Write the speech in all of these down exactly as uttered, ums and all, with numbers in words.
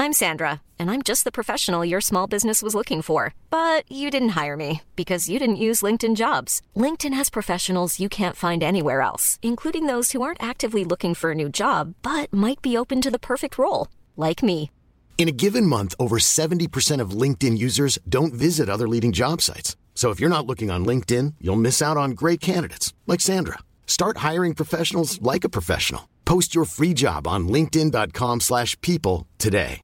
I'm Sandra, and I'm just the professional your small business was looking for. But you didn't hire me because you didn't use LinkedIn Jobs. LinkedIn has professionals you can't find anywhere else, including those who aren't actively looking for a new job, but might be open to the perfect role, like me. In a given month, over seventy percent of LinkedIn users don't visit other leading job sites. So if you're not looking on LinkedIn, you'll miss out on great candidates like Sandra. Start hiring professionals like a professional. Post your free job on linkedin.com slash people today.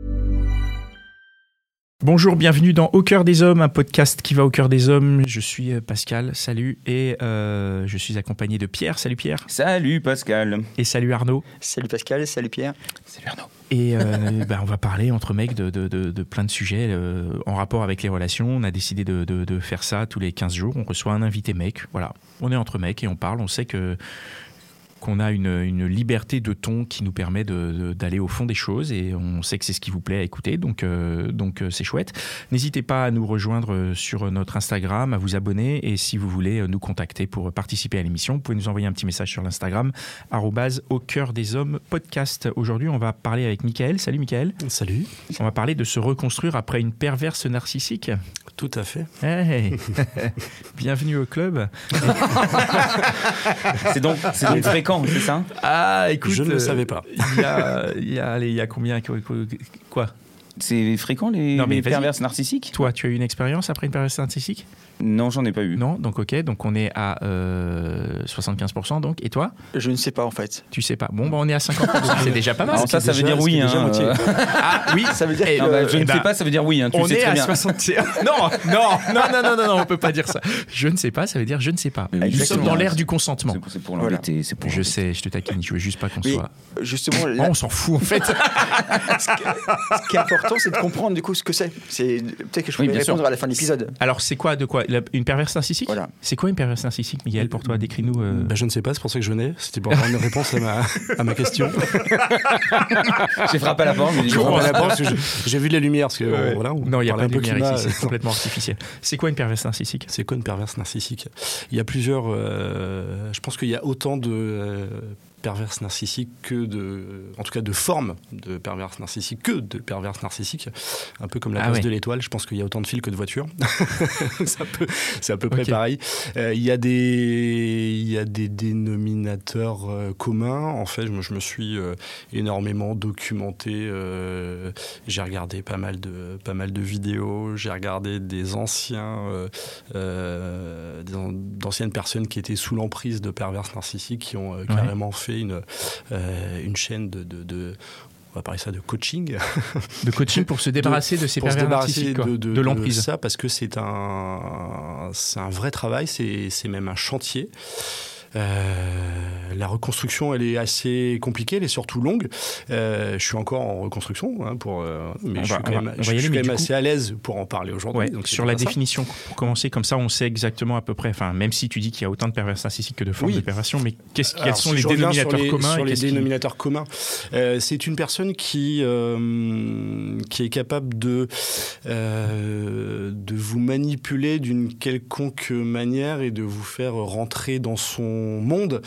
Bonjour, bienvenue dans Au cœur des hommes, un podcast qui va au cœur des hommes. Je suis Pascal, salut, et euh, je suis accompagné de Pierre. Salut Pierre. Salut Pascal. Et salut Arnaud. Salut Pascal, salut Pierre. Salut Arnaud. Et euh, bah, on va parler entre mecs de, de, de, de plein de sujets euh, en rapport avec les relations. On a décidé de, de, de faire ça tous les quinze jours. On reçoit un invité mec. Voilà, on est entre mecs et on parle. On sait que qu'on a une, une liberté de ton qui nous permet de, de, d'aller au fond des choses et on sait que c'est ce qui vous plaît à écouter, donc, euh, donc euh, c'est chouette. N'hésitez pas à nous rejoindre sur notre Instagram, à vous abonner et si vous voulez nous contacter pour participer à l'émission, vous pouvez nous envoyer un petit message sur l'Instagram arobase au cœur des hommes podcast. Aujourd'hui, on va parler avec Michael. Salut Michael. Salut. On va parler de se reconstruire après une perverse narcissique. Tout à fait. Hey. Bienvenue au club. c'est donc, c'est donc fréquent, c'est ça ? Ah, écoute, je ne le savais pas. Il y a, il y a, allez, il y a combien quoi ? C'est fréquent les, non, mais les vas-y. perverses narcissiques ? Toi, tu as eu une expérience après une perverse narcissique ? Non, j'en ai pas eu. Non, donc ok, donc on est à euh, soixante-quinze pour cent donc. Et toi ? Je ne sais pas en fait. Tu sais pas. Bon, bah on est à cinquante pour cent, c'est déjà pas mal. Alors ça, ça veut dire oui. Hein, euh... Ah oui, ça veut dire. Eh, que, non, bah, je eh ne bah, sais pas, ça veut dire oui. Hein, tu on le sais est très à bien. soixante et un. Non, non, non, non, non, non, non, on peut pas dire ça. Je ne sais pas, ça veut dire je ne sais pas. Mais Nous sommes dans l'ère c'est, du consentement. C'est pour, c'est pour l'embêter. Voilà. C'est pour je sais, je te taquine. Je veux juste pas qu'on oui, soit. Justement, là... oh, on s'en fout en fait. ce, qui, ce qui est important, c'est de comprendre du coup ce que c'est. C'est peut-être que je pourrais oui, répondre sûr. à la fin de l'épisode. Alors, c'est quoi de quoi une perverse narcissique ? Voilà. C'est quoi une perverse narcissique, Miguel, pour toi ? Décris-nous. Euh... Bah, je ne sais pas, c'est pour ça que je venais. C'était pour avoir une réponse à ma, à ma question. J'ai frappé à la porte. Je frappe à la porte parce que je, j'ai vu les lumières. Parce que, ouais. voilà, non, il n'y a pas de lumière climat, ici, c'est complètement artificiel. C'est quoi une perverse narcissique ? C'est quoi une perverse narcissique ? Il y a plusieurs. Euh, je pense qu'il y a autant de. Euh, perverse narcissique que de, en tout cas de formes de perverse narcissique que de perverse narcissique, un peu comme la ah place ouais. de l'Étoile. Je pense qu'il y a autant de fils que de voitures. c'est, un peu, c'est à peu près okay. pareil. Euh, il y a des, il y a des dénominateurs euh, communs. En fait, je, je me suis euh, énormément documenté. Euh, j'ai regardé pas mal de, pas mal de vidéos. J'ai regardé des anciens, euh, euh, des, d'anciennes personnes qui étaient sous l'emprise de perverses narcissiques qui ont euh, carrément ouais. fait Une, euh, une chaîne de, de, de, on va parler ça de coaching. De coaching pour se débarrasser de, de ces pervers narcissiques, quoi, de, de, de l'emprise. De ça, parce que c'est un, c'est un vrai travail, c'est, c'est même un chantier. Euh, la reconstruction, elle est assez compliquée, elle est surtout longue. Euh, je suis encore en reconstruction, hein, pour, euh, mais on je va, suis quand même, je, je suis quand même assez coup, à l'aise pour en parler aujourd'hui. Ouais, donc sur la ça. définition, pour commencer, comme ça, on sait exactement à peu près. Enfin, même si tu dis qu'il y a autant de pervers narcissiques que de formes oui. de perversion, mais qu'est-ce, quels Alors, sont si les dénominateurs les, communs Sur les qui... dénominateurs communs, euh, c'est une personne qui euh, qui est capable de euh, de vous manipuler d'une quelconque manière et de vous faire rentrer dans son monde.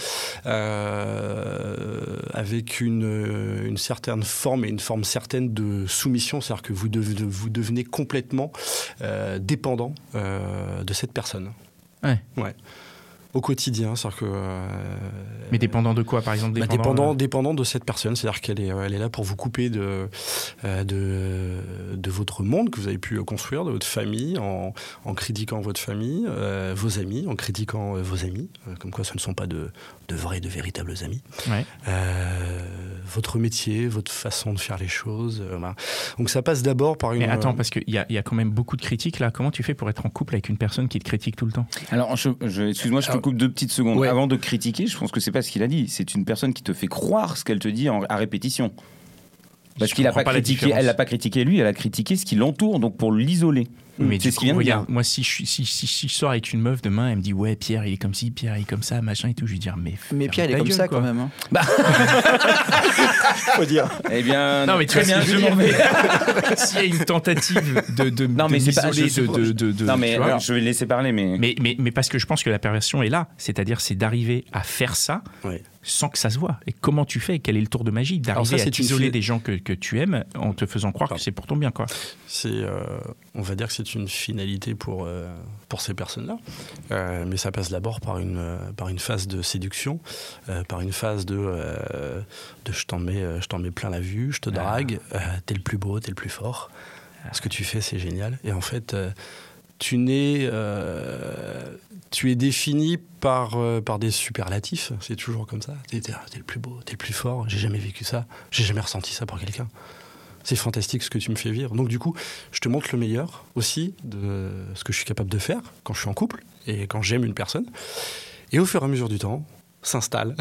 Euh, avec une, une certaine forme et une forme certaine de soumission, c'est-à-dire que vous, dev, vous devenez complètement euh, dépendant euh, de cette personne. Ouais. Ouais. Au quotidien, c'est-à-dire que... Euh, Mais dépendant de quoi, par exemple dépendant, dépendant, dépendant, euh... dépendant de cette personne, c'est-à-dire qu'elle est, elle est là pour vous couper de, euh, de, de votre monde que vous avez pu construire, de votre famille, en, en critiquant votre famille, euh, vos amis, en critiquant euh, vos amis, euh, comme quoi ce ne sont pas de, de vrais, de véritables amis. Ouais. Euh, votre métier, votre façon de faire les choses. Euh, voilà. Donc ça passe d'abord par une... Mais attends, parce qu'il y a, y a quand même beaucoup de critiques là. Comment tu fais pour être en couple avec une personne qui te critique tout le temps ? Alors, je, je, excuse-moi, je te coupe deux petites secondes. Ouais. Avant de critiquer, je pense que c'est pas ce qu'il a dit. C'est une personne qui te fait croire ce qu'elle te dit en, à répétition. Parce je qu'il a pas, pas critiqué, elle l'a pas critiqué lui, elle a critiqué ce qui l'entoure, donc pour l'isoler. Mais c'est du ce coup, qu'il vient de regarde, dire. moi si je, si, si, si je sors avec une meuf demain, elle me dit ouais Pierre il est comme ci, Pierre il est comme ça, machin et tout, je vais dire mais mais Pierre il est comme gueule, ça quoi. quand même. Hein. Bah faut dire. Eh bien non mais tu très bien, je m'en vais. S'il y a une tentative de de non mais de c'est pas de, de, de, de non mais vois, alors, je vais laisser parler mais... mais mais mais parce que je pense que la perversion est là, c'est-à-dire c'est d'arriver à faire ça. Ouais. sans que ça se voit. Et comment tu fais? Quel est le tour de magie d'arriver ça, à t'isoler fi... des gens que, que tu aimes en te faisant croire Alors, que c'est pour ton bien, quoi. C'est, euh, on va dire que c'est une finalité pour, euh, pour ces personnes-là. Euh, mais ça passe d'abord par une, euh, par une phase de séduction, euh, par une phase de, euh, de je, t'en mets, je t'en mets plein la vue, je te drague, ah. euh, t'es le plus beau, t'es le plus fort. Ah. Ce que tu fais, c'est génial. Et en fait... Euh, Tu, n'es, euh, tu es défini par, euh, par des superlatifs, c'est toujours comme ça. T'es, t'es, t'es le plus beau, t'es le plus fort, j'ai jamais vécu ça, j'ai jamais ressenti ça pour quelqu'un. C'est fantastique ce que tu me fais vivre. Donc du coup, je te montre le meilleur aussi de ce que je suis capable de faire quand je suis en couple et quand j'aime une personne. Et au fur et à mesure du temps, s'installe,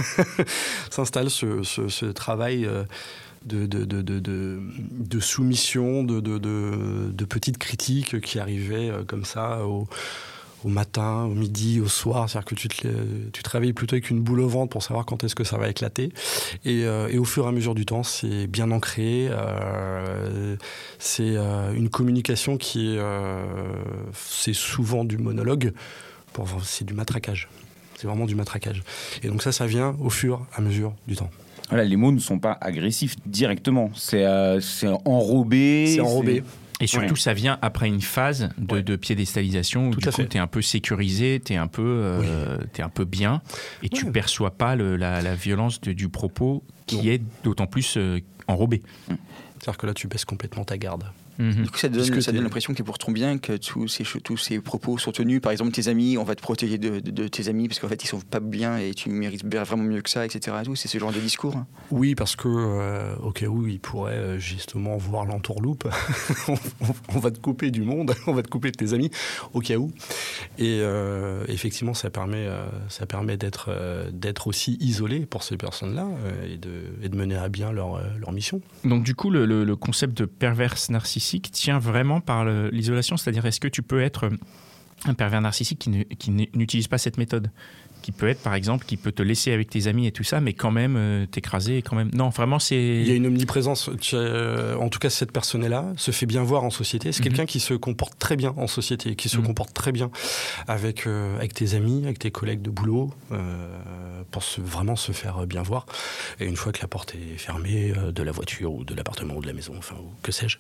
s'installe ce, ce, ce travail... Euh, De, de, de, de, de, de soumission, de, de, de, de petites critiques qui arrivaient comme ça au, au matin, au midi, au soir. C'est-à-dire que tu te, tu te réveilles plutôt avec une boule au ventre pour savoir quand est-ce que ça va éclater. Et, euh, et au fur et à mesure du temps, c'est bien ancré. Euh, c'est euh, une communication qui est, euh, c'est souvent du monologue, pour, c'est du matraquage. C'est vraiment du matraquage. Et donc ça, ça vient au fur et à mesure du temps. Voilà, les mots ne sont pas agressifs directement, c'est, euh, c'est enrobé. C'est enrobé. Et surtout, ouais. ça vient après une phase de, ouais. de piédestalisation où Tout du coup, tu es un peu sécurisé, tu es un peu, euh, oui. t'es un peu bien et ouais. tu ne perçois pas le, la, la violence de, du propos qui non. est d'autant plus euh, enrobé. C'est-à-dire que là, tu baisses complètement ta garde. Mmh. Du coup, ça donne, ça donne l'impression que c'est pour ton bien que tous ces, tous ces propos sont tenus. Par exemple, tes amis, on va te protéger de, de, de tes amis parce qu'en fait, ils sont pas bien et tu mérites vraiment mieux que ça, et cetera. Et tout. C'est ce genre de discours. Oui, parce que euh, au cas où ils pourraient justement voir l'entourloupe, on, on va te couper du monde, on va te couper de tes amis, au cas où. Et euh, effectivement, ça permet, euh, ça permet d'être, euh, d'être aussi isolé pour ces personnes-là euh, et, de, et de mener à bien leur, euh, leur mission. Donc, du coup, le, le, le concept de perverse narcissique tient vraiment par le, l'isolation, c'est-à-dire est-ce que tu peux être un pervers narcissique qui, ne, qui n'utilise pas cette méthode, qui peut être par exemple, qui peut te laisser avec tes amis et tout ça, mais quand même euh, t'écraser, quand même. Non, vraiment c'est. Il y a une omniprésence. Euh, en tout cas, cette personne-là se fait bien voir en société. C'est mm-hmm. quelqu'un qui se comporte très bien en société, qui se mm-hmm. comporte très bien avec euh, avec tes amis, avec tes collègues de boulot, euh, pour se, vraiment se faire bien voir. Et une fois que la porte est fermée euh, de la voiture ou de l'appartement ou de la maison, enfin ou que sais-je,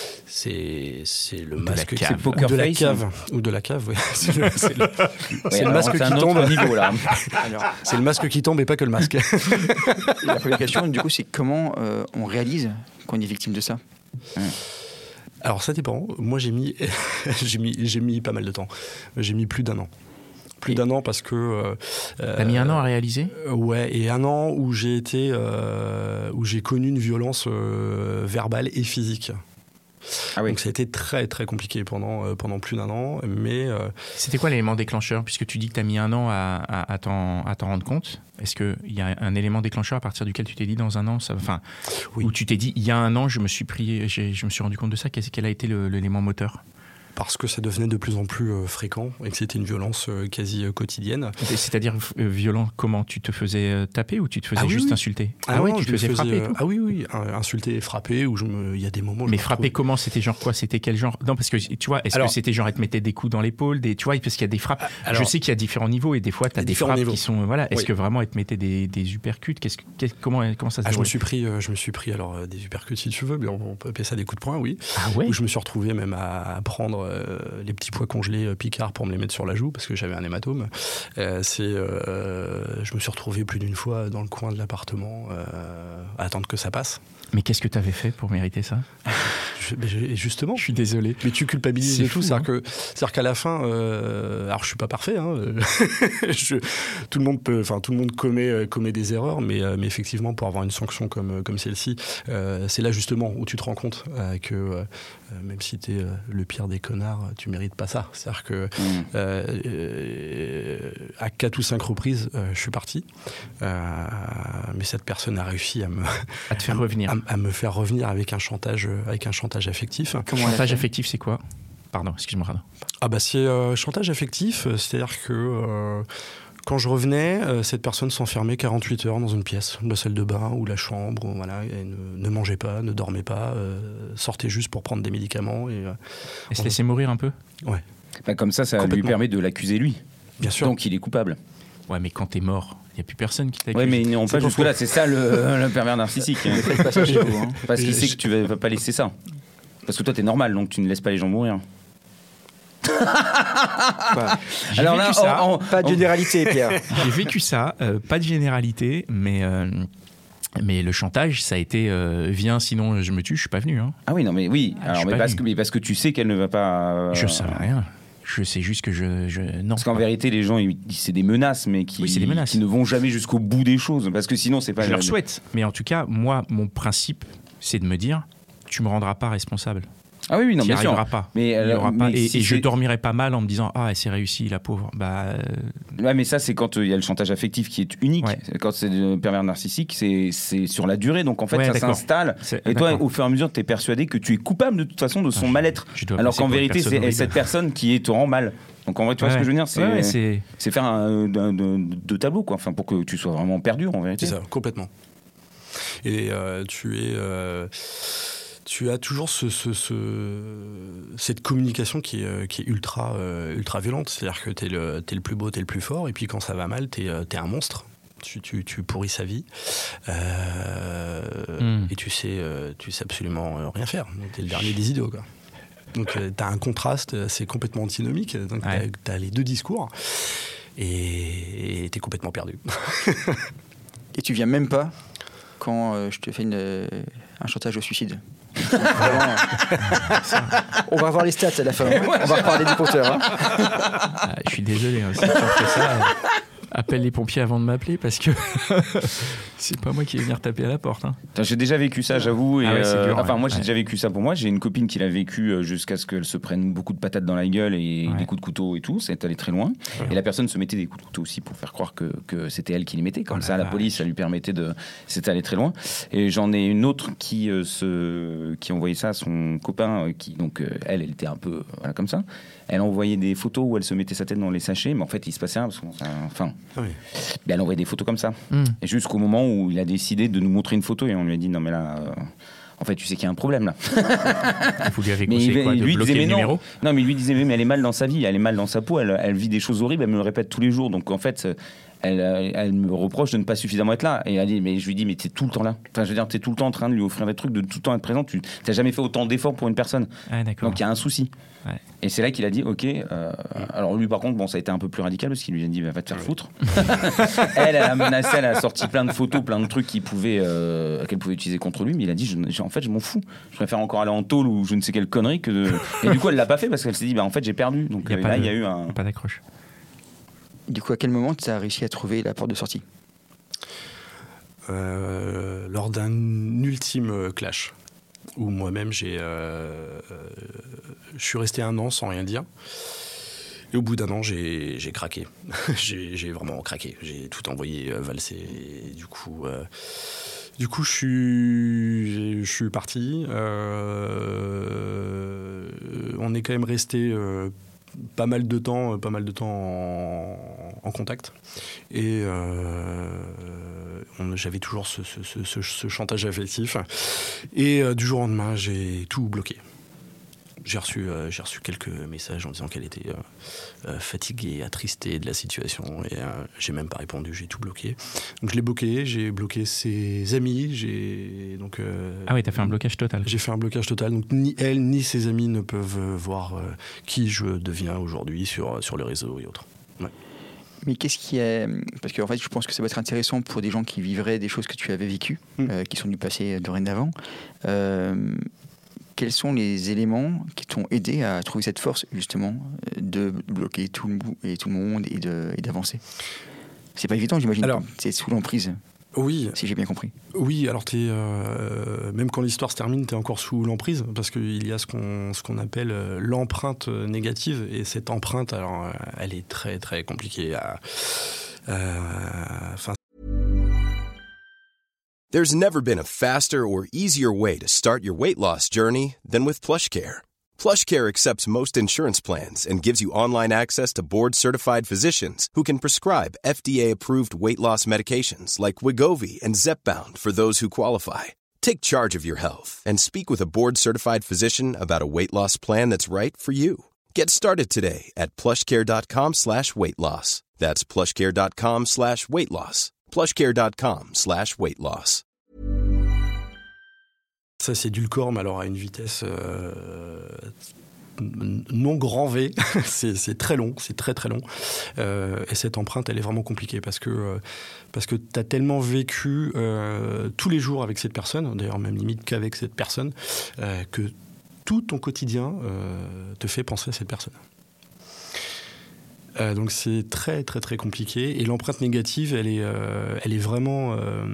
c'est c'est le masque de la cave, c'est de la cave hein. ou de la cave. Oui. C'est le, c'est le, c'est ouais, le masque qui tombe au niveau là. Alors, c'est le masque qui tombe et pas que le masque. La première question, du coup, c'est comment euh, on réalise qu'on est victime de ça. Mmh. Alors ça dépend. Moi, j'ai mis, j'ai mis, j'ai mis pas mal de temps. J'ai mis plus d'un an. Plus et d'un an parce que. Euh, T'as mis un an à réaliser ? euh, Ouais, et un an où j'ai été, euh, où j'ai connu une violence euh, verbale et physique. Ah oui. Donc ça a été très très compliqué pendant, euh, pendant plus d'un an, mais... Euh... C'était quoi l'élément déclencheur ? Puisque tu dis que tu as mis un an à, à, à, t'en, à t'en rendre compte, est-ce qu'il y a un élément déclencheur à partir duquel tu t'es dit dans un an, ça, enfin, oui. où tu t'es dit, il y a un an, je me suis, pris, je me suis rendu compte de ça, quel a été le, l'élément moteur ? Parce que ça devenait de plus en plus euh, fréquent et que c'était une violence euh, quasi euh, quotidienne. C'est-à-dire euh, violent comment ? Tu te faisais euh, taper ou tu te faisais ah, oui, juste oui. insulter ? Ah, ah ouais, tu te faisais frapper tout. Ah oui, oui, insulter, frapper, où je me... il y a des moments où Mais je frapper retrouve... comment ? C'était genre quoi ? C'était quel genre ? Non, parce que tu vois, est-ce alors, que c'était genre, elle te mettait des coups dans l'épaule, des... tu vois, parce qu'il y a des frappes. Alors, je sais qu'il y a différents niveaux et des fois, tu as des frappes niveaux. Qui sont. Voilà. Est-ce oui. que vraiment, elle te mettait des, des uppercuts ? Qu'est-ce que, qu'est-ce, comment, comment ça se ah, je me suis pris, euh, je me suis pris alors euh, des uppercuts si tu veux, mais on, on peut appeler ça des coups de poing, oui. Ah ouais ? Où je me suis retrouvé même à, à prendre euh, les petits pois congelés euh, Picard pour me les mettre sur la joue parce que j'avais un hématome. Euh, c'est, euh, je me suis retrouvé plus d'une fois dans le coin de l'appartement euh, à attendre que ça passe. Mais qu'est-ce que tu avais fait pour mériter ça ? je, je, Justement. Je suis désolé. Mais tu culpabilises et tout. Fou, c'est-à-dire, hein. que, c'est-à-dire qu'à la fin, euh, alors je suis pas parfait. Hein, je, tout le monde peut, enfin tout le monde commet, commet des erreurs, mais, mais effectivement pour avoir une sanction comme, comme celle-ci, euh, c'est là justement où tu te rends compte euh, que euh, même si t'es euh, le pire des connards, tu mérites pas ça. C'est-à-dire que mmh. euh, euh, à quatre ou cinq reprises, euh, je suis parti, euh, mais cette personne a réussi à me à te faire à, revenir. À, à me faire revenir avec un chantage, avec un chantage affectif. Comment chantage affectif, c'est quoi ? Pardon, excuse-moi. Pardon. Ah bah c'est euh, chantage affectif, c'est-à-dire que euh, quand je revenais, euh, cette personne s'enfermait quarante-huit heures dans une pièce, la salle de bain ou la chambre, voilà, et ne, ne mangeait pas, ne dormait pas, euh, sortait juste pour prendre des médicaments. Et, euh, et se laissait mourir un peu ? Ouais. Bah comme ça, ça lui permet de l'accuser lui. Bien sûr. Donc il est coupable. Ouais, mais quand t'es mort, il n'y a plus personne qui t'accuse. Ouais, mais non, pas jusque-là, c'est ça le, le pervers narcissique. Hein. Pas ça chez vous, hein. Parce qu'il sait que tu vas, vas pas laisser ça. Parce que toi, t'es normal, donc tu ne laisses pas les gens mourir. Alors là, ça, on, on, pas de généralité, Pierre. J'ai vécu ça, euh, pas de généralité, mais... Euh, Mais le chantage, ça a été euh, viens, sinon je me tue, je suis pas venu. Hein. Ah oui, non, mais oui. Ah, Alors, mais, parce que, mais parce que tu sais qu'elle ne va pas. Euh... Je sais rien. Je sais juste que je. je... Non. Parce qu'en vérité, les gens, ils, c'est des menaces, mais qui, oui, c'est des menaces. qui ne vont jamais jusqu'au bout des choses. Parce que sinon, c'est pas. Je leur souhaite. Mais en tout cas, moi, mon principe, c'est de me dire tu me rendras pas responsable. Ah oui, oui, non, bien sûr. Pas. Mais, il y aura mais pas. Et, si et je dormirai pas mal en me disant ah, elle s'est réussie, la pauvre. Bah. Euh... Ouais, mais ça, c'est quand il euh, y a le chantage affectif qui est unique. Ouais. Quand c'est le pervers narcissique, c'est, c'est sur la durée. Donc en fait, ouais, ça d'accord. s'installe. C'est... Et toi, d'accord. au fur et à mesure, tu es persuadé que tu es coupable de toute façon de son ah, mal-être. Alors qu'en vérité, c'est horrible. Cette personne qui te rend mal. Donc en vrai, tu vois ouais, ce que je veux dire, c'est, ouais, c'est... c'est faire un, un, un, deux tableaux, quoi. Enfin, pour que tu sois vraiment perdu en vérité. C'est ça, complètement. Et euh, tu es. Euh... Tu as toujours ce, ce, ce, cette communication qui est, qui est ultra, euh, ultra violente. C'est-à-dire que t'es le, t'es le plus beau, t'es le plus fort, et puis quand ça va mal, t'es, t'es un monstre. Tu, tu, tu pourris sa vie. Euh, mm. Et tu sais, tu sais absolument rien faire. Donc, t'es le dernier des idiots, quoi. Donc euh, t'as un contraste, c'est complètement antinomique. Donc ouais. t'as, t'as les deux discours, et, et t'es complètement perdu. Et tu viens même pas quand euh, je te fais une, euh, un chantage au suicide. Vraiment, on va voir les stats à la fin. Hein. On va reparler du compteur. Hein. Ah, je suis désolé. Hein, si tu fais ça, euh, appelle les pompiers avant de m'appeler parce que c'est pas moi qui vais venir taper à la porte. Hein. Attends, j'ai déjà vécu ça, j'avoue. Et ah ouais, euh, dur, enfin, ouais. moi, j'ai ouais. déjà vécu ça pour moi. J'ai une copine qui l'a vécu jusqu'à ce qu'elle se prenne beaucoup de patates dans la gueule et ouais. des coups de couteau et tout. Ça est allé très loin. Ouais. Et la personne se mettait des coups de couteau aussi pour faire croire que, que c'était elle qui les mettait. Comme oh ça, la police, ça lui permettait de. C'était allé très loin. Et j'en ai une autre qui euh, se, qui envoyait ça à son copain, euh, qui donc euh, elle, elle était un peu voilà comme ça. Elle envoyait des photos où elle se mettait sa tête dans les sachets, mais en fait, il se passait rien parce qu'on, enfin, ah oui. ben, elle envoyait des photos comme ça. Mm. Et jusqu'au moment où il a décidé de nous montrer une photo et on lui a dit non mais là. Euh, En fait, tu sais qu'il y a un problème là. Vous lui avez conseillé quoi, de lui bloquer disait, le numéro ? Non, mais il lui disait mais elle est mal dans sa vie, elle est mal dans sa peau, elle, elle vit des choses horribles, elle me le répète tous les jours. Donc en fait, elle, elle me reproche de ne pas suffisamment être là. Et elle dit mais je lui dis mais t'es tout le temps là. Enfin, je veux dire, t'es tout le temps en train de lui offrir des trucs, de tout le temps être présent. Tu t'as jamais fait autant d'efforts pour une personne. Ah, d'accord. Donc il y a un souci. Ouais. Et c'est là qu'il a dit ok. Euh, alors lui par contre bon ça a été un peu plus radical parce qu'il lui a dit bah, va te faire foutre. elle, elle a menacé, elle a sorti plein de photos, plein de trucs qu'il pouvait, euh, qu'elle pouvait utiliser contre lui. Mais il a dit je, en fait je m'en fous. Je préfère encore aller en tôle ou je ne sais quelle connerie que de... Et du coup elle l'a pas fait parce qu'elle s'est dit bah en fait j'ai perdu. Donc il y a là il y a eu un pas d'accroche. Du coup à quel moment tu as réussi à trouver la porte de sortie ? euh, Lors d'un ultime clash où moi-même j'ai euh, euh, je suis resté un an sans rien dire. Et au bout d'un an, j'ai, j'ai craqué. j'ai, j'ai vraiment craqué. J'ai tout envoyé euh, valser. Et du coup, euh, du coup, je suis, je suis parti. Euh, on est quand même resté euh, pas mal de temps, pas mal de temps en, en contact. Et euh, on, j'avais toujours ce, ce, ce, ce, ce chantage affectif. Et euh, du jour au lendemain, j'ai tout bloqué. J'ai reçu, euh, j'ai reçu quelques messages en disant qu'elle était euh, euh, fatiguée, attristée de la situation, et euh, j'ai même pas répondu, j'ai tout bloqué. Donc je l'ai bloqué, j'ai bloqué ses amis, j'ai donc. Euh, ah oui, t'as fait un blocage total. J'ai fait un blocage total, donc ni elle ni ses amis ne peuvent voir euh, qui je deviens aujourd'hui sur sur le réseau et autres. Ouais. Mais qu'est-ce qui est... Parce qu'en fait, je pense que ça va être intéressant pour des gens qui vivraient des choses que tu avais vécues, mmh. euh, qui sont du passé dorénavant. Euh, Quels sont les éléments qui t'ont aidé à trouver cette force, justement, de bloquer tout le, et tout le monde et, de, et d'avancer ? C'est pas évident, j'imagine. Alors, c'est sous l'emprise. Oui. Si j'ai bien compris. Oui, alors t'es, euh, même quand l'histoire se termine, t'es encore sous l'emprise, parce qu'il y a ce qu'on, ce qu'on appelle euh, l'empreinte négative. Et cette empreinte, alors, elle est très, très compliquée à... Enfin. There's never been a faster or easier way to start your weight loss journey than with PlushCare. PlushCare accepts most insurance plans and gives you online access to board-certified physicians who can prescribe F D A-approved weight loss medications like Wegovy and Zepbound for those who qualify. Take charge of your health and speak with a board-certified physician about a weight loss plan that's right for you. Get started today at plushcare.com slash weight loss. That's plushcare.com slash weight loss. plushcare.com slash weight loss. Ça s'édulcore, alors à une vitesse euh, non grand V, c'est, c'est très long, c'est très très long. Euh, et cette empreinte, elle est vraiment compliquée parce que, euh, parce que tu as tellement vécu euh, tous les jours avec cette personne, d'ailleurs même limite qu'avec cette personne, euh, que tout ton quotidien euh, te fait penser à cette personne. Euh, donc c'est très très très compliqué. Et l'empreinte négative, elle est, euh, elle est vraiment... Euh,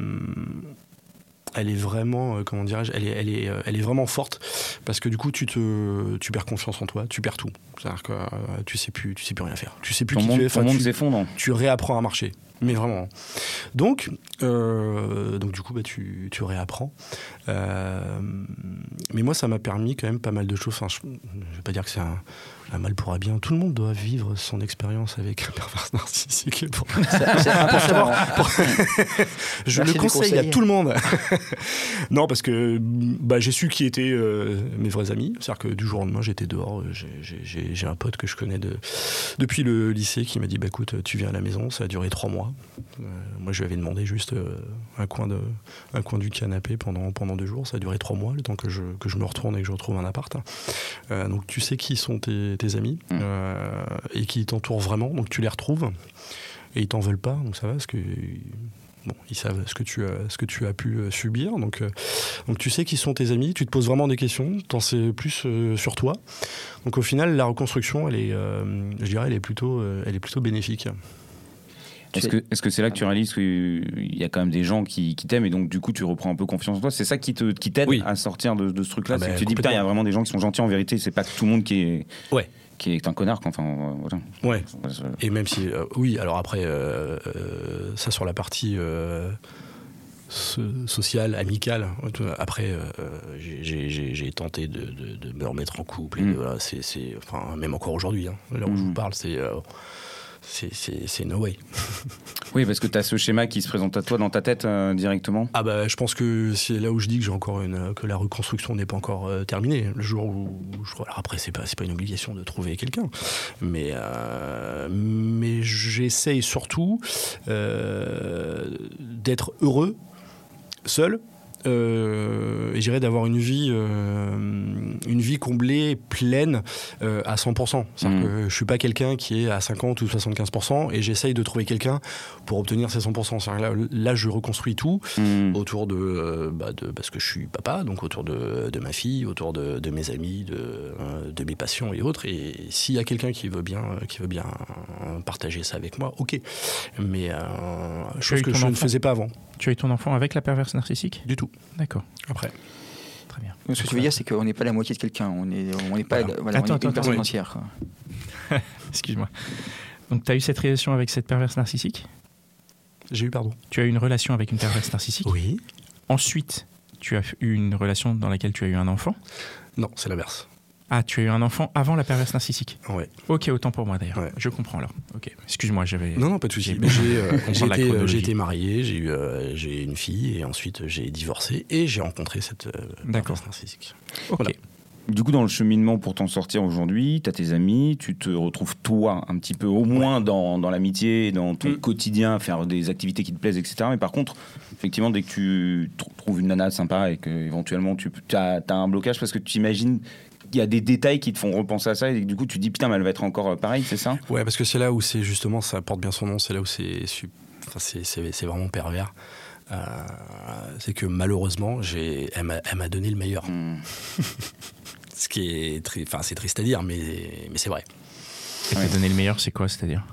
elle est vraiment, euh, comment dirais-je, elle est, elle, est, euh, elle est vraiment forte parce que du coup, tu, te, tu perds confiance en toi, tu perds tout. C'est-à-dire que euh, tu sais plus, tu sais plus rien faire. Tu sais plus ton qui monde, tu es. Ton monde tu, s'effondre. Tu réapprends à marcher. Mais vraiment. Donc, euh, donc du coup, bah, tu, tu réapprends. Euh, mais moi, ça m'a permis quand même pas mal de choses. Enfin, je ne vais pas dire que c'est un, un mal pour un bien. Tout le monde doit vivre son expérience avec un pervers narcissique. Pour, ça, c'est pour savoir. Pour... je Merci le conseille à tout le monde. Non, parce que bah, j'ai su qui étaient euh, mes vrais amis. C'est-à-dire que du jour au lendemain, j'étais dehors. J'ai, j'ai, j'ai un pote que je connais de, depuis le lycée qui m'a dit bah, écoute, tu viens à la maison. Ça a duré trois mois. Euh, moi, je lui avais demandé juste euh, un, coin de, un coin du canapé pendant, pendant deux jours. Ça a duré trois mois, le temps que je, que je me retourne et que je retrouve un appart. Euh, donc, tu sais qui sont tes, tes amis euh, et qui t'entourent vraiment. Donc, tu les retrouves et ils t'en veulent pas. Donc, ça va parce que... Bon, ils savent ce que tu as, ce que tu as pu subir. Donc, euh, donc, tu sais qui sont tes amis. Tu te poses vraiment des questions. Tu en sais plus euh, sur toi. Donc, au final, la reconstruction, elle est, euh, je dirais, elle est plutôt, euh, elle est plutôt bénéfique. Est-ce que, est-ce que c'est là que tu réalises qu'il y a quand même des gens qui, qui t'aiment et donc du coup tu reprends un peu confiance en toi? C'est ça qui, te, qui t'aide oui. à sortir de, de ce truc-là? Ah c'est bah, que tu te dis putain, il y a vraiment des gens qui sont gentils en vérité, c'est pas tout le monde qui est, ouais. qui est un connard. Enfin, voilà. Ouais. Et même si, euh, oui, alors après, euh, euh, ça sur la partie euh, sociale, amicale, après euh, j'ai, j'ai, j'ai tenté de, de, de me remettre en couple, et mmh. de, voilà, c'est, c'est, enfin, même encore aujourd'hui, hein, là où mmh. je vous parle, c'est. Euh, C'est, c'est, c'est no way. Oui, parce que tu as ce schéma qui se présente à toi dans ta tête euh, directement. Ah bah, je pense que c'est là où je dis que j'ai encore une, que la reconstruction n'est pas encore euh, terminée. Le jour où, où je, alors après c'est pas c'est pas une obligation de trouver quelqu'un, mais euh, mais j'essaye surtout euh, d'être heureux seul. Euh, et j'irais d'avoir une vie, euh, une vie comblée, pleine euh, à cent pour cent. C'est-à-dire mmh. que je suis pas quelqu'un qui est à cinquante ou soixante-quinze pour cent et j'essaye de trouver quelqu'un pour obtenir ces cent pour cent. C'est-à-dire là, là, je reconstruis tout mmh. autour de, euh, bah de, parce que je suis papa, donc autour de, de ma fille, autour de, de mes amis, de, euh, de mes passions et autres. Et s'il y a quelqu'un qui veut bien, qui veut bien partager ça avec moi, ok. Mais euh, chose que je enfant. ne faisais pas avant. Tu as eu ton enfant avec la perverse narcissique? Du tout. D'accord. Après. Très bien. Ce que tu veux dire, c'est qu'on n'est pas la moitié de quelqu'un. On n'est on est pas voilà. Voilà, attends, on est attends, une personne oui. entière. Excuse-moi. Donc, tu as eu cette relation avec cette perverse narcissique? J'ai eu, pardon. Tu as eu une relation avec une perverse narcissique? Oui. Ensuite, tu as eu une relation dans laquelle tu as eu un enfant? Non, c'est l'inverse. Ah, tu as eu un enfant avant la perverse narcissique? Oui. Ok, autant pour moi d'ailleurs. Ouais. Je comprends alors. Ok, excuse-moi, j'avais. Non, non, pas de souci. J'ai, j'ai, euh, j'ai, été, euh, j'ai été marié, j'ai eu, euh, j'ai une fille et ensuite j'ai divorcé et j'ai rencontré cette euh, perverse narcissique. Ok. Voilà. Du coup, dans le cheminement pour t'en sortir aujourd'hui, tu as tes amis, tu te retrouves toi un petit peu au moins ouais. dans, dans l'amitié, dans ton mmh. quotidien, faire des activités qui te plaisent, et cetera. Mais par contre, effectivement, dès que tu t- trouves une nana sympa et qu'éventuellement tu as un blocage parce que tu imagines il y a des détails qui te font repenser à ça et du coup tu te dis putain mais elle va être encore pareille, c'est ça? Ouais, parce que c'est là où c'est justement, ça porte bien son nom, c'est là où c'est, enfin, c'est, c'est, c'est vraiment pervers. Euh, c'est que malheureusement j'ai, elle, m'a, elle m'a donné le meilleur. Mmh. Ce qui est très, enfin c'est triste à dire mais, mais c'est vrai. Elle t'a donné le meilleur, c'est quoi, c'est-à-dire?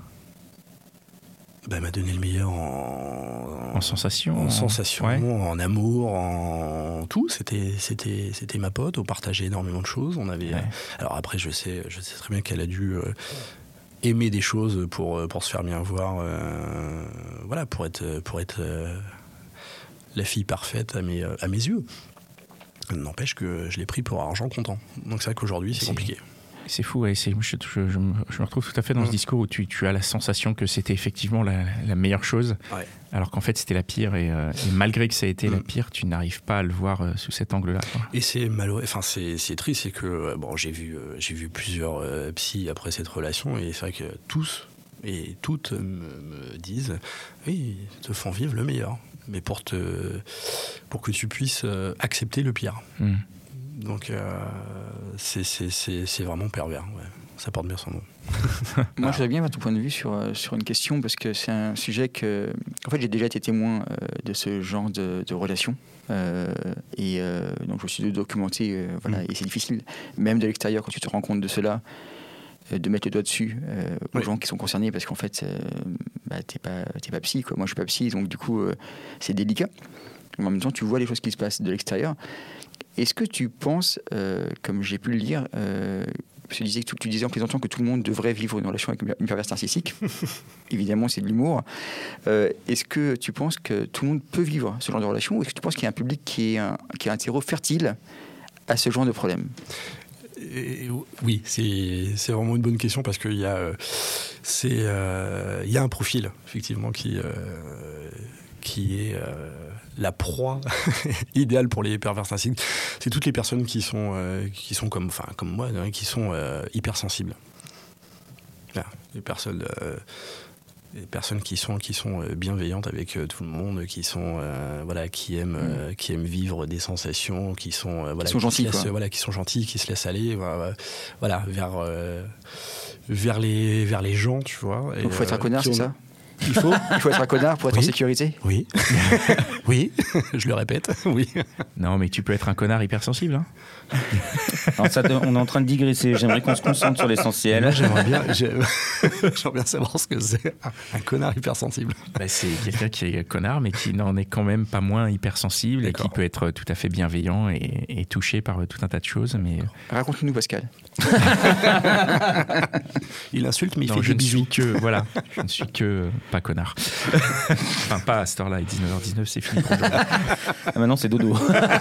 Bah, elle m'a donné le meilleur en, en sensation, en, en... sensation, ouais. en amour, en tout. C'était, c'était, c'était ma pote. On partageait énormément de choses. On avait. Ouais. Euh, alors après, je sais, je sais très bien qu'elle a dû euh, aimer des choses pour pour se faire bien voir. Euh, voilà, pour être pour être euh, la fille parfaite à mes à mes yeux. N'empêche que je l'ai pris pour argent comptant. Donc c'est vrai qu'aujourd'hui c'est, c'est... compliqué. C'est fou, ouais, c'est, je, je, je, me, je me retrouve tout à fait dans mmh. ce discours où tu, tu as la sensation que c'était effectivement la, la meilleure chose, ouais. alors qu'en fait c'était la pire, et, euh, et malgré que ça a été mmh. la pire, tu n'arrives pas à le voir euh, sous cet angle-là. Quoi. Et c'est malheureux, enfin c'est, c'est triste, c'est que euh, bon, j'ai vu, euh, j'ai vu plusieurs euh, psys après cette relation, et c'est vrai que tous et toutes me, me disent, oui, ils te font vivre le meilleur, mais pour, te, pour que tu puisses euh, accepter le pire. Mmh. Donc euh, c'est, c'est, c'est, c'est vraiment pervers, ouais. Ça porte bien son nom. Moi je voudrais bien avoir ton point de vue sur, sur une question, parce que c'est un sujet que... En fait j'ai déjà été témoin euh, de ce genre de, de relation, euh, et euh, donc je me suis documenté, euh, voilà, mmh. et c'est difficile, même de l'extérieur, quand tu te rends compte de cela, euh, de mettre le doigt dessus euh, aux oui. gens qui sont concernés, parce qu'en fait euh, bah, t'es pas, t'es pas psy, quoi. Moi je suis pas psy, donc du coup euh, c'est délicat. Mais en même temps tu vois les choses qui se passent de l'extérieur. Est-ce que tu penses, euh, comme j'ai pu le lire, euh, parce que tu disais, tu disais en plaisantant que tout le monde devrait vivre une relation avec une perverse narcissique. Évidemment, c'est de l'humour. Euh, est-ce que tu penses que tout le monde peut vivre ce genre de relation, ou est-ce que tu penses qu'il y a un public qui est un, qui est un terreau fertile à ce genre de problème ? Et oui, c'est, c'est vraiment une bonne question, parce qu'il y a, euh, c'est, euh, il y a un profil, effectivement, qui, euh, qui est... Euh, la proie idéale pour les pervers narcissiques, c'est toutes les personnes qui sont, euh, qui sont comme, enfin, comme moi, hein, qui sont euh, hypersensibles. Là, les personnes, euh, les personnes qui sont, qui sont bienveillantes avec euh, tout le monde, qui sont, euh, voilà, qui aiment, mmh. euh, qui aiment vivre des sensations, qui sont, euh, voilà, qui sont gentils, laissent, voilà, qui sont gentils, qui se laissent aller, voilà, voilà vers, euh, vers les, vers les gens, tu vois. Donc, il faut être un connard, c'est ça ? Il faut, il faut être un connard pour être oui. en sécurité ? Oui. Oui, je le répète, oui. Non, mais tu peux être un connard hypersensible. Hein. Alors ça, on est en train de digresser. J'aimerais qu'on se concentre sur l'essentiel. Moi, j'aimerais bien, j'aimerais bien savoir ce que c'est un, un connard hypersensible. Bah, c'est quelqu'un qui est connard, mais qui n'en est quand même pas moins hypersensible. D'accord. Et qui peut être tout à fait bienveillant et, et touché par tout un tas de choses. Mais... Raconte-nous, Pascal. Il insulte, mais il non, fait je des bisous. Que, voilà, je ne suis que pas connard. Enfin, pas à cette heure-là, dix-neuf heures dix-neuf, c'est fini. Ah, maintenant, c'est dodo.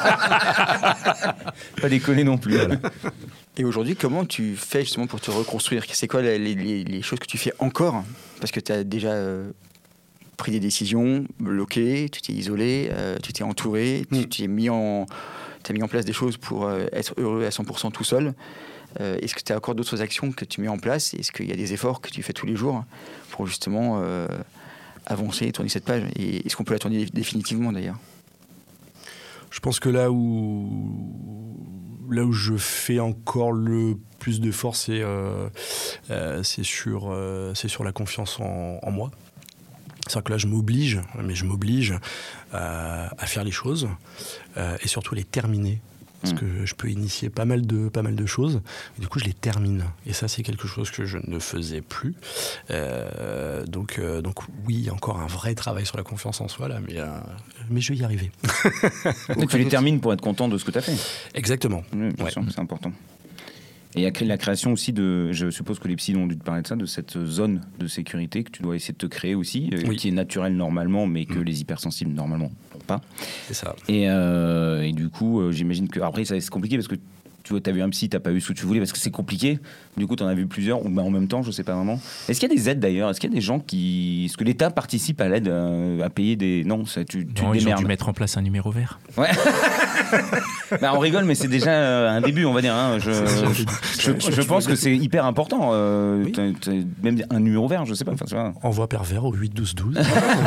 Pas déconner non plus. Voilà. Et aujourd'hui, comment tu fais justement pour te reconstruire ? C'est quoi les, les, les choses que tu fais encore ? Parce que tu as déjà euh, pris des décisions, bloqué, tu t'es isolé, euh, tu t'es entouré, mm. tu t'es mis en, t'as mis en place des choses pour euh, être heureux à cent pour cent tout seul. Euh, est-ce que tu as encore d'autres actions que tu mets en place ? Est-ce qu'il y a des efforts que tu fais tous les jours pour justement euh, avancer et tourner cette page ? Et est-ce qu'on peut la tourner définitivement d'ailleurs ? Je pense que là où, là où je fais encore le plus d'efforts, c'est, euh, euh, c'est, sur, euh, c'est sur la confiance en, en moi. C'est-à-dire que là, je m'oblige, mais je m'oblige euh, à faire les choses euh, et surtout les terminer. Parce mmh. que je peux initier pas mal de, pas mal de choses, et du coup je les termine. Et ça, c'est quelque chose que je ne faisais plus. Euh, donc, euh, donc oui, il y a encore un vrai travail sur la confiance en soi, là, mais, euh, mais je vais y arriver. Donc tu les termines pour être content de ce que tu as fait. Exactement. Oui, bien ouais. sûr, c'est important. Et il y a la création aussi de, je suppose que les psys ont dû te parler de ça, de cette zone de sécurité que tu dois essayer de te créer aussi, oui. euh, qui est naturelle normalement, mais que mmh. les hypersensibles normalement n'ont pas. C'est ça. Et, euh, et du coup, euh, j'imagine que après ça c'est compliqué parce que tu vois, t'as vu un psy, t'as pas eu ce que tu voulais parce que c'est compliqué. Du coup, t'en as vu plusieurs ou bah, en même temps, je sais pas vraiment. Est-ce qu'il y a des aides d'ailleurs ? Est-ce qu'il y a des gens qui, est-ce que l'État participe à l'aide euh, à payer des non, ça, tu, tu non, te ils démerdes. ont dû mettre en place un numéro vert. Ouais. Bah, on rigole, mais c'est déjà euh, un début, on va dire. Hein. Je, je, je, je pense que c'est hyper important. Euh, oui. t'as, t'as même un numéro vert, je sais pas. Enfin, envoie pervers au huit douze douze.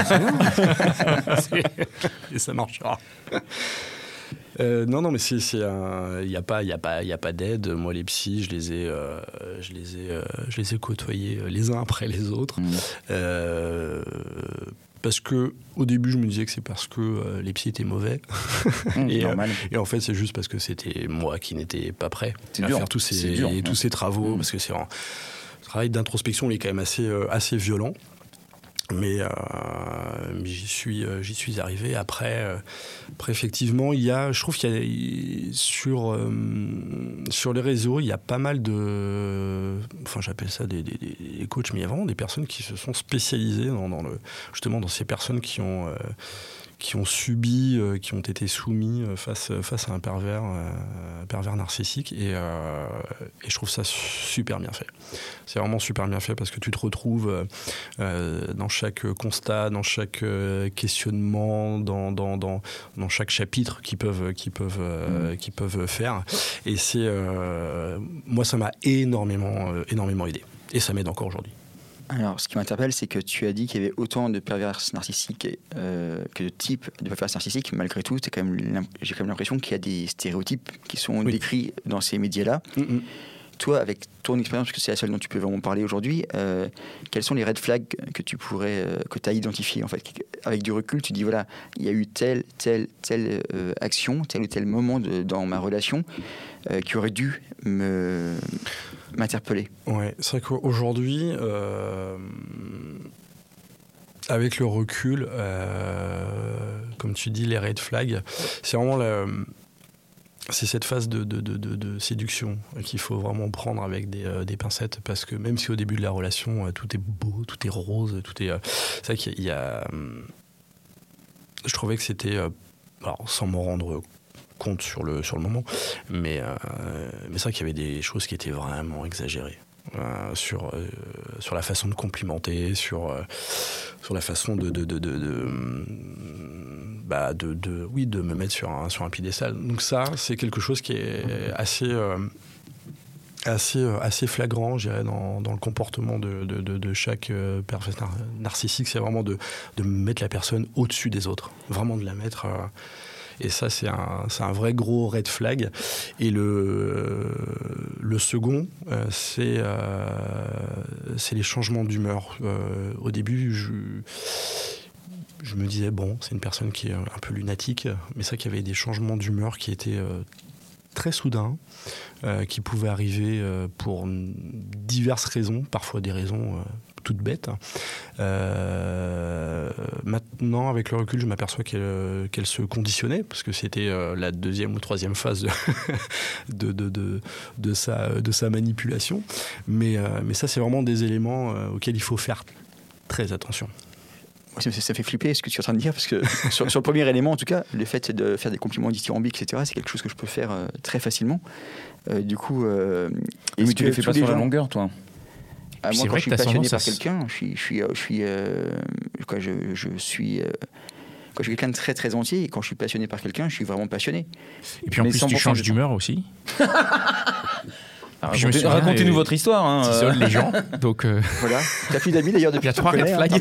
Et ça marchera. Euh, non, non, mais c'est, c'est un, y a pas, y a pas, y a pas d'aide. Moi, les psys, je les ai, euh, je les ai, euh, je les ai côtoyés les uns après les autres. Mmh. Euh, parce que au début, je me disais que c'est parce que euh, les psys étaient mauvais. Mmh, et, normal. Euh, et en fait, c'est juste parce que c'était moi qui n'étais pas prêt c'est à dur. faire tous ces, dur, tous ouais. ces travaux, mmh. parce que c'est un travail d'introspection, il est quand même assez, euh, assez violent. Mais, euh, mais j'y suis, euh, j'y suis arrivé. Après, euh, après, effectivement, il y a, je trouve qu'il y a sur, euh, sur les réseaux, il y a pas mal de, enfin, j'appelle ça des, des, des coachs, mais il y a vraiment des personnes qui se sont spécialisées dans, dans le, justement dans ces personnes qui ont, euh, qui ont subi, euh, qui ont été soumis face, face à un pervers, euh, pervers narcissique. Et, euh, et je trouve ça super bien fait. C'est vraiment super bien fait parce que tu te retrouves euh, dans chaque constat, dans chaque euh, questionnement, dans, dans, dans, dans chaque chapitre qu'ils peuvent, qu'ils peuvent, euh, mmh. qu'ils peuvent faire. Et c'est, euh, moi, ça m'a énormément, euh, énormément aidé. Et ça m'aide encore aujourd'hui. Alors, ce qui m'interpelle, c'est que tu as dit qu'il y avait autant de pervers narcissiques euh, que de types de pervers narcissiques. Malgré tout, quand même, j'ai quand même l'impression qu'il y a des stéréotypes qui sont oui. décrits dans ces médias-là. Mm-hmm. Toi, avec ton expérience, parce que c'est la seule dont tu peux vraiment parler aujourd'hui, euh, quels sont les red flags que tu pourrais, euh, que tu as identifiés en fait? Avec du recul, tu dis voilà, il y a eu telle, telle, telle euh, action, tel ou tel moment de, dans ma relation euh, qui aurait dû me m'interpeller. Ouais, c'est vrai qu'aujourd'hui, euh, avec le recul, euh, comme tu dis, les red flags, c'est vraiment la, c'est cette phase de, de, de, de, de séduction qu'il faut vraiment prendre avec des, euh, des pincettes, parce que même si au début de la relation, euh, tout est beau, tout est rose, tout est, euh, c'est vrai qu'il y a, il y a euh, je trouvais que c'était, euh, alors sans m'en rendre compte sur le, sur le moment, mais, euh, mais c'est vrai qu'il y avait des choses qui étaient vraiment exagérées euh, sur, euh, sur la façon de complimenter, sur, euh, sur la façon de, de, de, de, de, bah de, de, oui, de me mettre sur un, sur un piédestal. Donc ça, c'est quelque chose qui est assez, euh, assez, assez flagrant, je dirais, dans, dans le comportement de, de, de, de chaque euh, pervers narcissique. C'est vraiment de, de mettre la personne au-dessus des autres, vraiment de la mettre... Euh, Et ça, c'est un, c'est un vrai gros red flag. Et le, le second, euh, c'est, euh, c'est les changements d'humeur. Euh, au début, je, je me disais, bon, c'est une personne qui est un peu lunatique, mais c'est vrai qu'il y avait des changements d'humeur qui étaient euh, très soudains, euh, qui pouvaient arriver euh, pour diverses raisons, parfois des raisons... Euh, toute bête. Euh, maintenant, avec le recul, je m'aperçois qu'elle, qu'elle se conditionnait, parce que c'était euh, la deuxième ou troisième phase de, de, de, de, sa, de sa manipulation. Mais, euh, mais ça, c'est vraiment des éléments euh, auxquels il faut faire très attention. Ça, ça fait flipper ce que tu es en train de dire, parce que sur, sur le premier élément, en tout cas, le fait de faire des compliments dithyrambiques, et cetera, c'est quelque chose que je peux faire euh, très facilement. Euh, du coup... Euh, et mais tu les fais pas sur la longueur, toi? Ah, moi, quand je suis passionné par quelqu'un, je suis, je suis, je suis, euh, quoi, je, je suis, euh, quoi, je suis quelqu'un de très très entier. Et quand je suis passionné par quelqu'un, je suis vraiment passionné. Et puis en Mais plus, tu changes d'humeur aussi. Alors, racontez, racontez-nous euh, votre histoire. Hein, euh... les gens. Donc euh... voilà. T'as plus d'amis d'ailleurs depuis. Il y a trois red flags.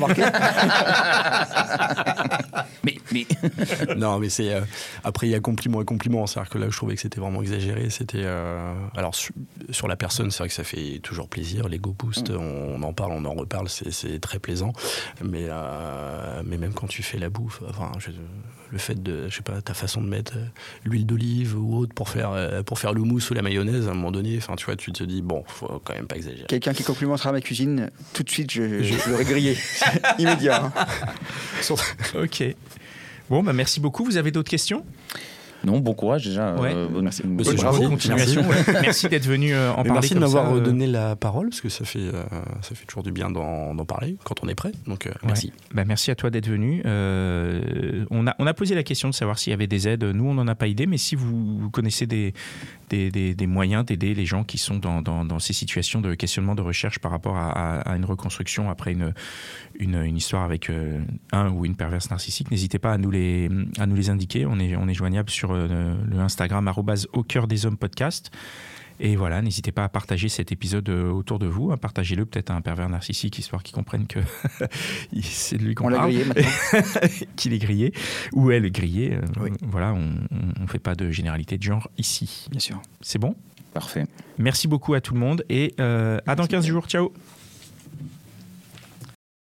mais, mais... non, mais c'est euh, après il y a compliment et compliment. C'est-à-dire que là, je trouvais que c'était vraiment exagéré. C'était euh, alors su, sur la personne, c'est vrai que ça fait toujours plaisir. L'ego boost, mmh. on, on en parle, on en reparle. C'est, c'est très plaisant. Mais euh, mais même quand tu fais la bouffe, enfin, je, le fait de, je sais pas, ta façon de mettre l'huile d'olive ou autre pour faire pour faire le mousse ou la mayonnaise, à un moment donné, enfin, tu vois, tu te dis bon, faut quand même pas exagérer. Quelqu'un qui complimentera ma cuisine, tout de suite, je, je, je l'aurais grillé, immédiat. Hein. Ok. Bon, bah merci beaucoup. Vous avez d'autres questions ? Non, bon courage déjà. Ouais. Euh, bonne, merci. Bonne bravo, continuation. Merci, ouais. Merci d'être venu euh, en Mais parler. Merci de m'avoir ça, euh... donné la parole, parce que ça fait, euh, ça fait toujours du bien d'en, d'en parler quand on est prêt. Donc euh, merci. Ouais. Bah, merci à toi d'être venu. Euh, on, a, on a posé la question de savoir s'il y avait des aides. Nous, on n'en a pas idée, mais si vous, vous connaissez des, des, des, des moyens d'aider les gens qui sont dans, dans, dans ces situations de questionnement, de recherche par rapport à, à, à une reconstruction après une, une, une histoire avec euh, un ou une perverse narcissique, n'hésitez pas à nous les, à nous les indiquer. On est, on est joignable sur euh, le Instagram arobase au cœur des hommes podcast. Et voilà, n'hésitez pas à partager cet épisode autour de vous, à partagez-le peut-être à un pervers narcissique, histoire qu'il comprenne que c'est de lui qu'on on parle. On l'a grillé maintenant. Qu'il est grillé, ou elle est grillée. Oui. Voilà, on ne fait pas de généralité de genre ici. Bien sûr. C'est bon ? Parfait. Merci beaucoup à tout le monde et euh, à dans quinze jours. Ciao.